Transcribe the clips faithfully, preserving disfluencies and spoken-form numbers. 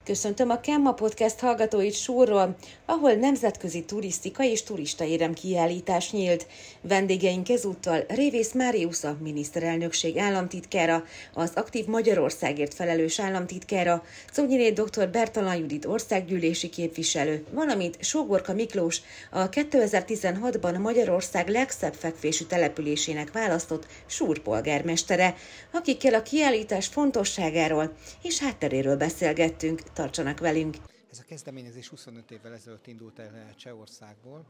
Köszöntöm a Kemma Podcast hallgatóit Súrról, ahol nemzetközi turisztika és turistaérem kiállítás nyílt. Vendégeink ezúttal Révész Máriusz, a miniszterelnökség államtitkára, az Aktív Magyarországért felelős államtitkára, Czonyiné dr. Bertalan Judit országgyűlési képviselő, valamint Sógorka Miklós, a kétezer-tizenhatban Magyarország legszebb fekvésű településének választott Súr polgármestere, akikkel a kiállítás fontosságáról és hátteréről beszélgettünk. Tartsanak velünk! Ez a kezdeményezés huszonöt évvel ezelőtt indult el Csehországból,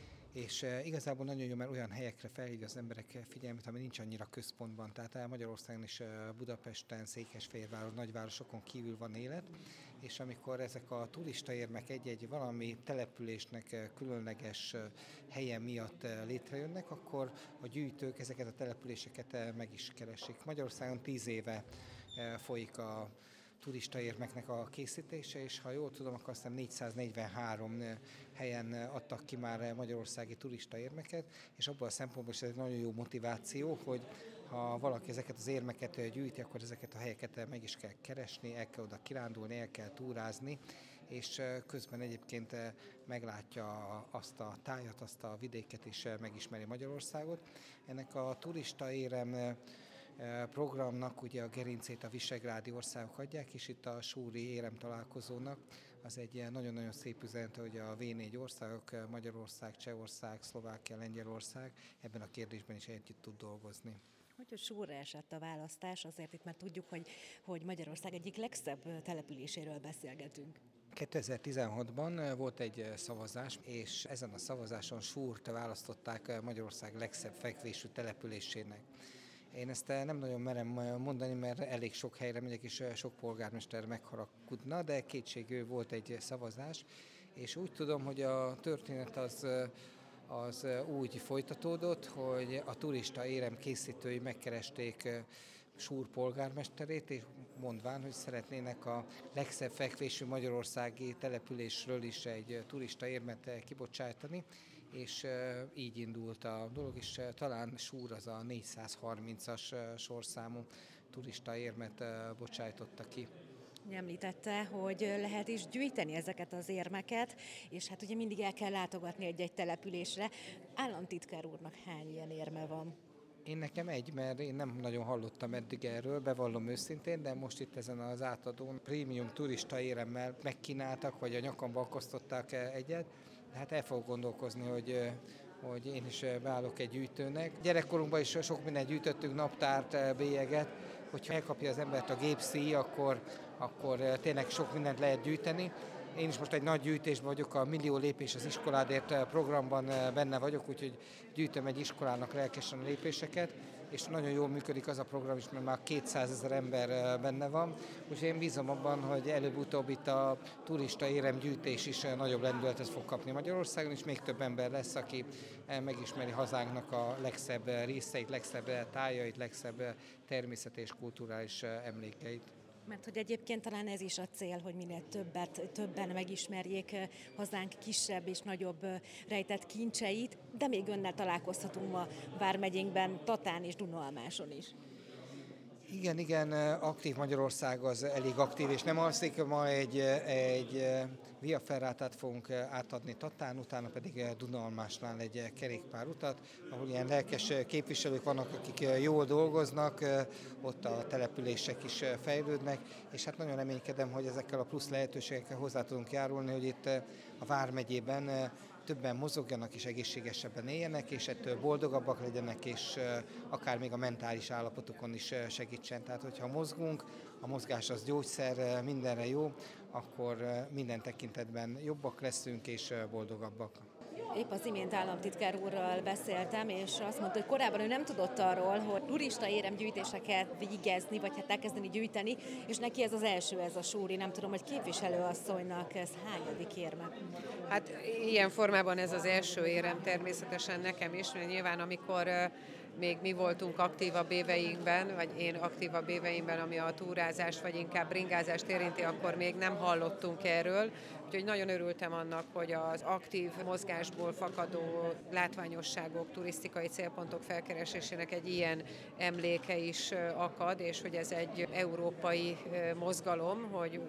és igazából nagyon jó, mert olyan helyekre felhívja az emberek figyelmét, ami nincs annyira központban. Tehát Magyarországon is Budapesten, Székesfehérváron, nagyvárosokon kívül van élet, és amikor ezek a turistaérmek egy-egy valami településnek különleges helye miatt létrejönnek, akkor a gyűjtők ezeket a településeket meg is keresik. Magyarországon tíz éve folyik a turistaérmeknek a készítése, és ha jól tudom, akkor aztán négyszáznegyvenhárom helyen adtak ki már magyarországi turistaérmeket, és abban a szempontból is ez egy nagyon jó motiváció, hogy ha valaki ezeket az érmeket gyűjti, akkor ezeket a helyeket meg is kell keresni, el kell oda kirándulni, el kell túrázni, és közben egyébként meglátja azt a tájat, azt a vidéket, és megismeri Magyarországot. Ennek a turistaérem programnak ugye a gerincét a visegrádi országok adják, és itt a súri érem találkozónak az egy nagyon-nagyon szép üzenet, hogy a vé négy országok, Magyarország, Csehország, Szlovákia, Lengyelország ebben a kérdésben is együtt tud dolgozni. Hogy Súrra esett a választás, azért itt már tudjuk, hogy, hogy Magyarország egyik legszebb településéről beszélgetünk. kétezer-tizenhatban volt egy szavazás, és ezen a szavazáson Súrt választották Magyarország legszebb fekvésű településének. Én ezt nem nagyon merem mondani, mert elég sok helyre megyek, és sok polgármester megharagudna, de kétségű volt egy szavazás, és úgy tudom, hogy a történet az, az úgy folytatódott, hogy a turista érem készítői megkeresték Súr polgármesterét, és mondván, hogy szeretnének a legszebb fekvésű magyarországi településről is egy turista érmet kibocsájtani, és így indult a dolog, és talán Súr az a négyszázharmincas sorszámú turistaérmet bocsájtotta ki. Említette, hogy lehet is gyűjteni ezeket az érmeket, és hát ugye mindig el kell látogatni egy-egy településre. Államtitkár úrnak hány ilyen érme van? Én nekem egy, mert én nem nagyon hallottam eddig erről, bevallom őszintén, de most itt ezen az átadón prémium turista éremmel megkínáltak, vagy a nyakamba akasztották egyet. Hát el fogok gondolkozni, hogy, hogy én is beállok egy gyűjtőnek. Gyerekkorunkban is sok mindent gyűjtöttünk, naptárt, bélyeget. Hogyha elkapja az embert a gépszíj, akkor, akkor tényleg sok mindent lehet gyűjteni. Én is most egy nagy gyűjtésben vagyok, a Millió lépés az iskoládért programban benne vagyok, úgyhogy gyűjtöm egy iskolának lelkesen a lépéseket, és nagyon jól működik az a program is, mert már kétszázezer ember benne van. Úgyhogy én bízom abban, hogy előbb-utóbb itt a turista éremgyűjtés is nagyobb lendületet fog kapni Magyarországon, és még több ember lesz, aki megismeri hazánknak a legszebb részeit, legszebb tájait, legszebb természeti és kulturális emlékeit. Mert hogy egyébként talán ez is a cél, hogy minél többet, többen megismerjék hazánk kisebb és nagyobb rejtett kincseit, de még önnel találkozhatunk ma Vármegyénkben, Tatán és Dunaalmáson is. Igen, igen, Aktív Magyarország az elég aktív, és nem alszik, ma egy, egy Via Ferrátát fogunk átadni Tatán, utána pedig Dunaalmásnál egy kerékpárutat, ahol ilyen lelkes képviselők vannak, akik jól dolgoznak, ott a települések is fejlődnek, és hát nagyon reménykedem, hogy ezekkel a plusz lehetőségekkel hozzá tudunk járulni, hogy itt a Vármegyében többen mozogjanak és egészségesebben éljenek, és ettől boldogabbak legyenek, és akár még a mentális állapotukon is segítsen. Tehát, hogyha mozgunk, a mozgás az gyógyszer, mindenre jó, akkor minden tekintetben jobbak leszünk és boldogabbak. Épp az imént államtitkár úrral beszéltem, és azt mondta, hogy korábban ő nem tudott arról, hogy turista éremgyűjtéseket végezni, vagy hát elkezdeni gyűjteni, és neki ez az első, ez a súri, nem tudom, hogy képviselőasszonynak ez hányadik érme? Hát ilyen formában ez az első érem természetesen nekem is, mert nyilván amikor még mi voltunk aktívabb éveinkben, vagy én aktívabb éveimben, ami a túrázást, vagy inkább bringázást érinti, akkor még nem hallottunk erről. Úgyhogy nagyon örültem annak, hogy az aktív mozgásból fakadó látványosságok, turisztikai célpontok felkeresésének egy ilyen emléke is akad, és hogy ez egy európai mozgalom, hogy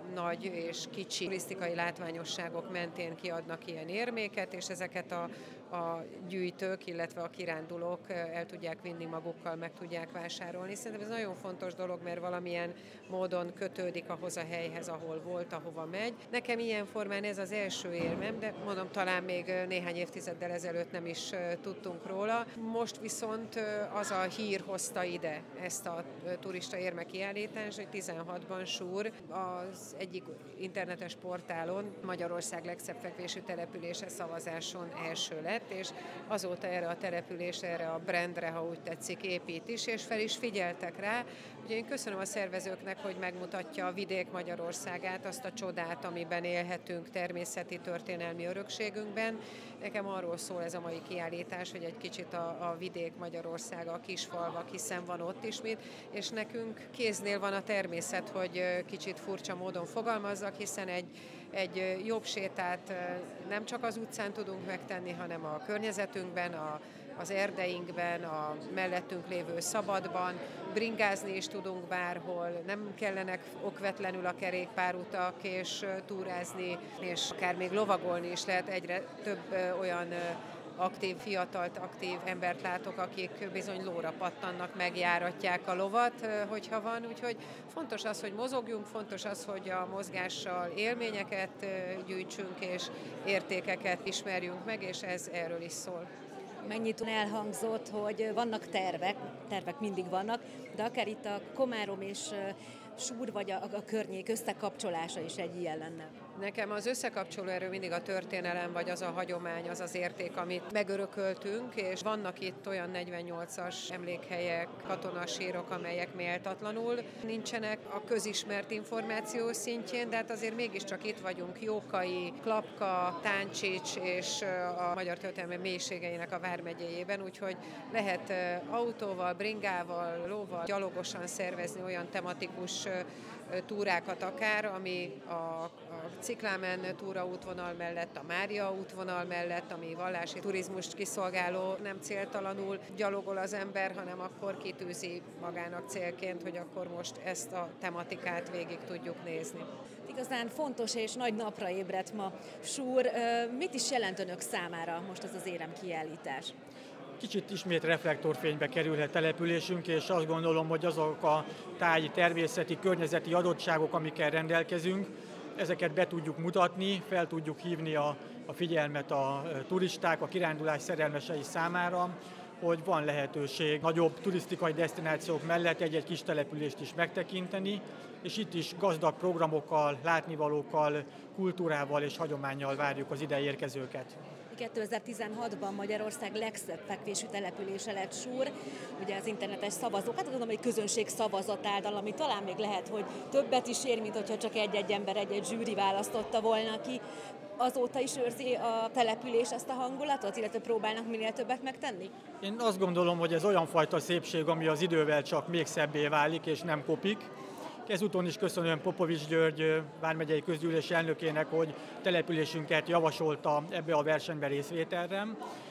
nagy és kicsi turisztikai látványosságok mentén kiadnak ilyen érméket, és ezeket a, a gyűjtők, illetve a kirándulók el tudják vinni magukkal, meg tudják vásárolni. Szerintem ez nagyon fontos dolog, mert valamilyen módon kötődik ahhoz a helyhez, ahol volt, ahova megy. Nekem ilyen formán ez az első élmem, de mondom, talán még néhány évtizeddel ezelőtt nem is tudtunk róla. Most viszont az a hír hozta ide ezt a turista érme kiállítást, hogy tizenhatban Súr az egyik internetes portálon Magyarország legszebb fekvésű települése szavazáson első lett, és azóta erre a településre, erre a brandre, ha úgy tetszik, épít is, és fel is figyeltek rá. Ugye én köszönöm a szervezőknek, hogy megmutatja a vidék Magyarországát, azt a csodát, amiben élhetünk természeti, történelmi örökségünkben. Nekem arról szól ez a mai kiállítás, hogy egy kicsit a, a vidék Magyarországa, a kisfalvak, hiszen van ott is mit, és nekünk kéznél van a természet, hogy kicsit furcsa módon fogalmazzak, hiszen egy, egy jobb sétát nem csak az utcán tudunk megtenni, hanem a környezetünkben, a az erdeinkben, a mellettünk lévő szabadban, bringázni is tudunk bárhol, nem kellenek okvetlenül a kerékpárutak, és túrázni, és akár még lovagolni is lehet. Egyre több olyan aktív, fiatalt, aktív embert látok, akik bizony lóra pattannak, megjáratják a lovat, hogyha van. Úgyhogy fontos az, hogy mozogjunk, fontos az, hogy a mozgással élményeket gyűjtsünk, és értékeket ismerjünk meg, és ez erről is szól. Megnyitón elhangzott, hogy vannak tervek, tervek mindig vannak, de akár itt a Komárom és Súr vagy a, a környék összekapcsolása is egy ilyen lenne. Nekem az összekapcsoló erő mindig a történelem, vagy az a hagyomány, az az érték, amit megörököltünk, és vannak itt olyan negyvennyolcas emlékhelyek, katonasírok, amelyek méltatlanul nincsenek a közismert információ szintjén, de hát azért mégiscsak itt vagyunk Jókai, Klapka, Táncsics és a magyar történelmi mélységeinek a vármegyéjében, úgyhogy lehet autóval, bringával, lóval, gyalogosan szervezni olyan tematikus túrákat akár, ami a, a Ciklámen túraútvonal mellett, a Mária útvonal mellett, ami vallási turizmust kiszolgáló, nem céltalanul gyalogol az ember, hanem akkor kitűzi magának célként, hogy akkor most ezt a tematikát végig tudjuk nézni. Igazán fontos és nagy napra ébredt ma Súr. Mit is jelent önök számára most ez az éremkiállítás? Kicsit ismét reflektorfénybe kerülhet településünk, és azt gondolom, hogy azok a táji, természeti, környezeti adottságok, amikkel rendelkezünk, ezeket be tudjuk mutatni, fel tudjuk hívni a, a figyelmet a turisták, a kirándulás szerelmesei számára, hogy van lehetőség nagyobb turisztikai desztinációk mellett egy-egy kis települést is megtekinteni, és itt is gazdag programokkal, látnivalókkal, kultúrával és hagyománnyal várjuk az ide érkezőket. kétezer-tizenhatban Magyarország legszebb fekvésű települése lett Súr. Ugye az internetes szavazók, hát gondolom, hogy közönség szavazat által, ami talán még lehet, hogy többet is ér, mint hogyha csak egy-egy ember, egy-egy zsűri választotta volna ki. Azóta is őrzi a település ezt a hangulatot, illetve próbálnak minél többet megtenni? Én azt gondolom, hogy ez olyan fajta szépség, ami az idővel csak még szebbé válik, és nem kopik. Ezúton is köszönöm Popovics György vármegyei közgyűlés elnökének, hogy településünket javasolta ebbe a versenybe részvételre.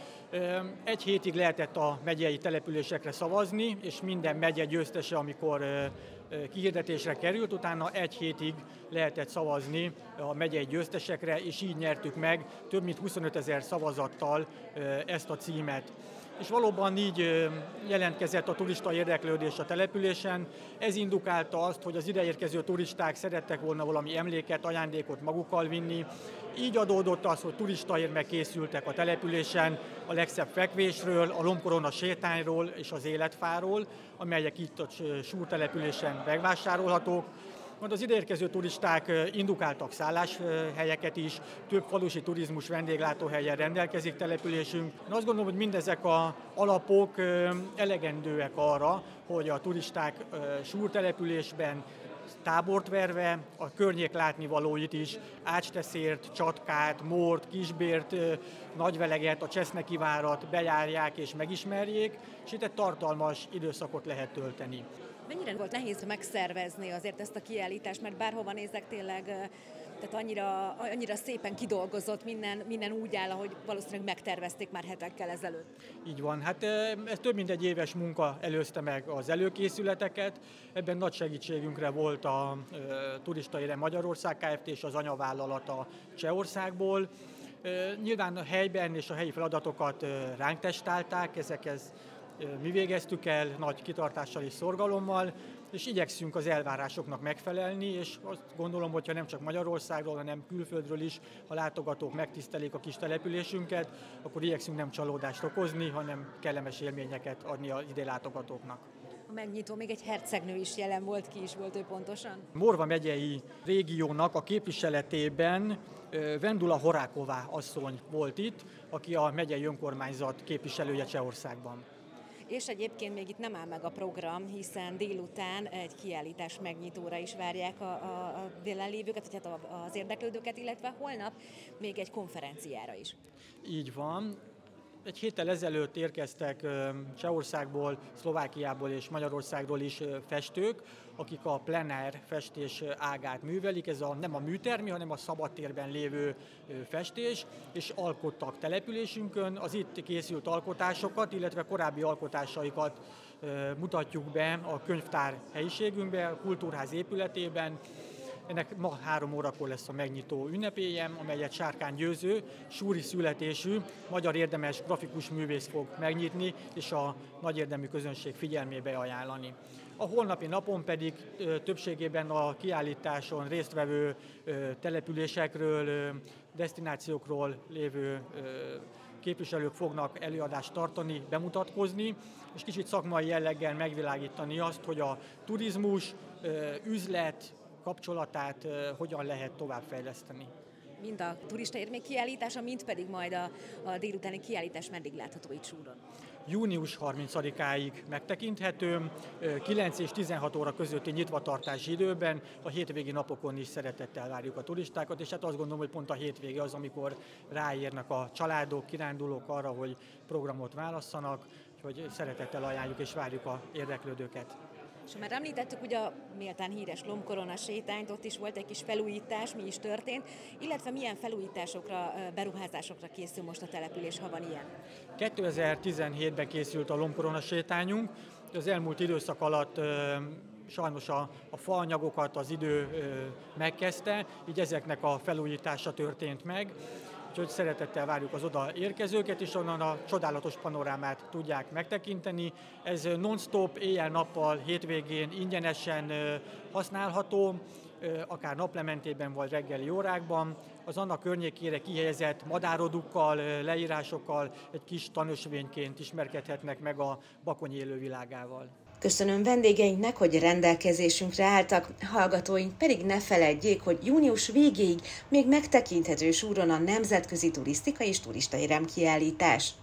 Egy hétig lehetett a megyei településekre szavazni, és minden megye győztese, amikor kihirdetésre került, utána egy hétig lehetett szavazni a megyei győztesekre, és így nyertük meg több mint huszonötezer szavazattal ezt a címet. És valóban így jelentkezett a turista érdeklődés a településen. Ez indukálta azt, hogy az ideérkező turisták szerettek volna valami emléket, ajándékot magukkal vinni. Így adódott az, hogy turistaérmek készültek a településen a legszebb fekvésről, a lombkorona sétányról és az életfáról, amelyek itt a Súr településen megvásárolhatók. Majd az ideérkező turisták indukáltak szálláshelyeket is, több falusi turizmus vendéglátóhelyen rendelkezik településünk. Én azt gondolom, hogy mindezek az alapok elegendőek arra, hogy a turisták Súr településben tábort verve, a környék látnivalóit is, Ácsteszért, Csatkát, Mórt, Kisbért, Nagyveleget, a Cseszneki várat bejárják és megismerjék, és itt egy tartalmas időszakot lehet tölteni. Mennyire volt nehéz megszervezni azért ezt a kiállítást, mert bárhova nézek tényleg, tehát annyira, annyira szépen kidolgozott, minden, minden úgy áll, ahogy valószínűleg megtervezték már hetekkel ezelőtt. Így van, hát ez több mint egy éves munka előzte meg az előkészületeket. Ebben nagy segítségünkre volt a Turistaérem Magyarország Kft. És az anyavállalata Csehországból. Nyilván a helyben és a helyi feladatokat ránk testálták, ezekhez mi végeztük el nagy kitartással és szorgalommal, és igyekszünk az elvárásoknak megfelelni, és azt gondolom, hogyha nem csak Magyarországról, hanem külföldről is a látogatók megtisztelik a kis településünket, akkor igyekszünk nem csalódást okozni, hanem kellemes élményeket adni az ide látogatóknak. A megnyitó még egy hercegnő is jelen volt, ki is volt ő pontosan? Morva megyei régiónak a képviseletében Vendula Horáková asszony volt itt, aki a megyei önkormányzat képviselője Csehországban. És egyébként még itt nem áll meg a program, hiszen délután egy kiállítás megnyitóra is várják a, a, a jelenlévőket, tehát az érdeklődőket, illetve holnap még egy konferenciára is. Így van. Egy héttel ezelőtt érkeztek Csehországból, Szlovákiából és Magyarországról is festők, akik a plenár festés ágát művelik. Ez a, nem a műtermi, hanem a szabadtérben lévő festés, és alkottak településünkön. Az itt készült alkotásokat, illetve korábbi alkotásaikat mutatjuk be a könyvtár helyiségünkben, a Kultúrház épületében. Ennek ma három órakor lesz a megnyitó ünnepélyem, amelyet Sárkány Győző, súri születésű, magyar érdemes grafikus művész fog megnyitni, és a nagy érdemű közönség figyelmébe ajánlani. A holnapi napon pedig ö, többségében a kiállításon résztvevő ö, településekről, ö, desztinációkról lévő ö, képviselők fognak előadást tartani, bemutatkozni, és kicsit szakmai jelleggel megvilágítani azt, hogy a turizmus, ö, üzlet, kapcsolatát uh, hogyan lehet továbbfejleszteni. Mind a turistaérmék kiállítása, mind pedig majd a, a délutáni kiállítás meddig látható itt Súron? június harmincadikáig megtekinthető, kilenc és tizenhat óra közötti nyitvatartási időben, a hétvégi napokon is szeretettel várjuk a turistákat, és hát azt gondolom, hogy pont a hétvége az, amikor ráérnek a családok, kirándulók arra, hogy programot válasszanak, hogy szeretettel ajánljuk és várjuk a érdeklődőket. És már említettük ugye a méltán híres lombkorona sétányt, ott is volt egy kis felújítás, mi is történt, illetve milyen felújításokra, beruházásokra készül most a település, ha van ilyen? kétezer-tizenhétben készült a lombkorona sétányunk, az elmúlt időszak alatt sajnos a, a faanyagokat az idő megkezdte, így ezeknek a felújítása történt meg. Úgyhogy szeretettel várjuk az oda érkezőket, és onnan a csodálatos panorámát tudják megtekinteni. Ez non-stop, éjjel-nappal, hétvégén ingyenesen használható, akár naplementében vagy reggeli órákban. Az annak környékére kihelyezett madárodukkal, leírásokkal egy kis tanösvényként ismerkedhetnek meg a Bakony élővilágával. Köszönöm vendégeinknek, hogy rendelkezésünkre álltak, hallgatóink pedig ne feledjék, hogy június végéig még megtekinthető Súron a Nemzetközi Turisztika és Turistaérem kiállítás.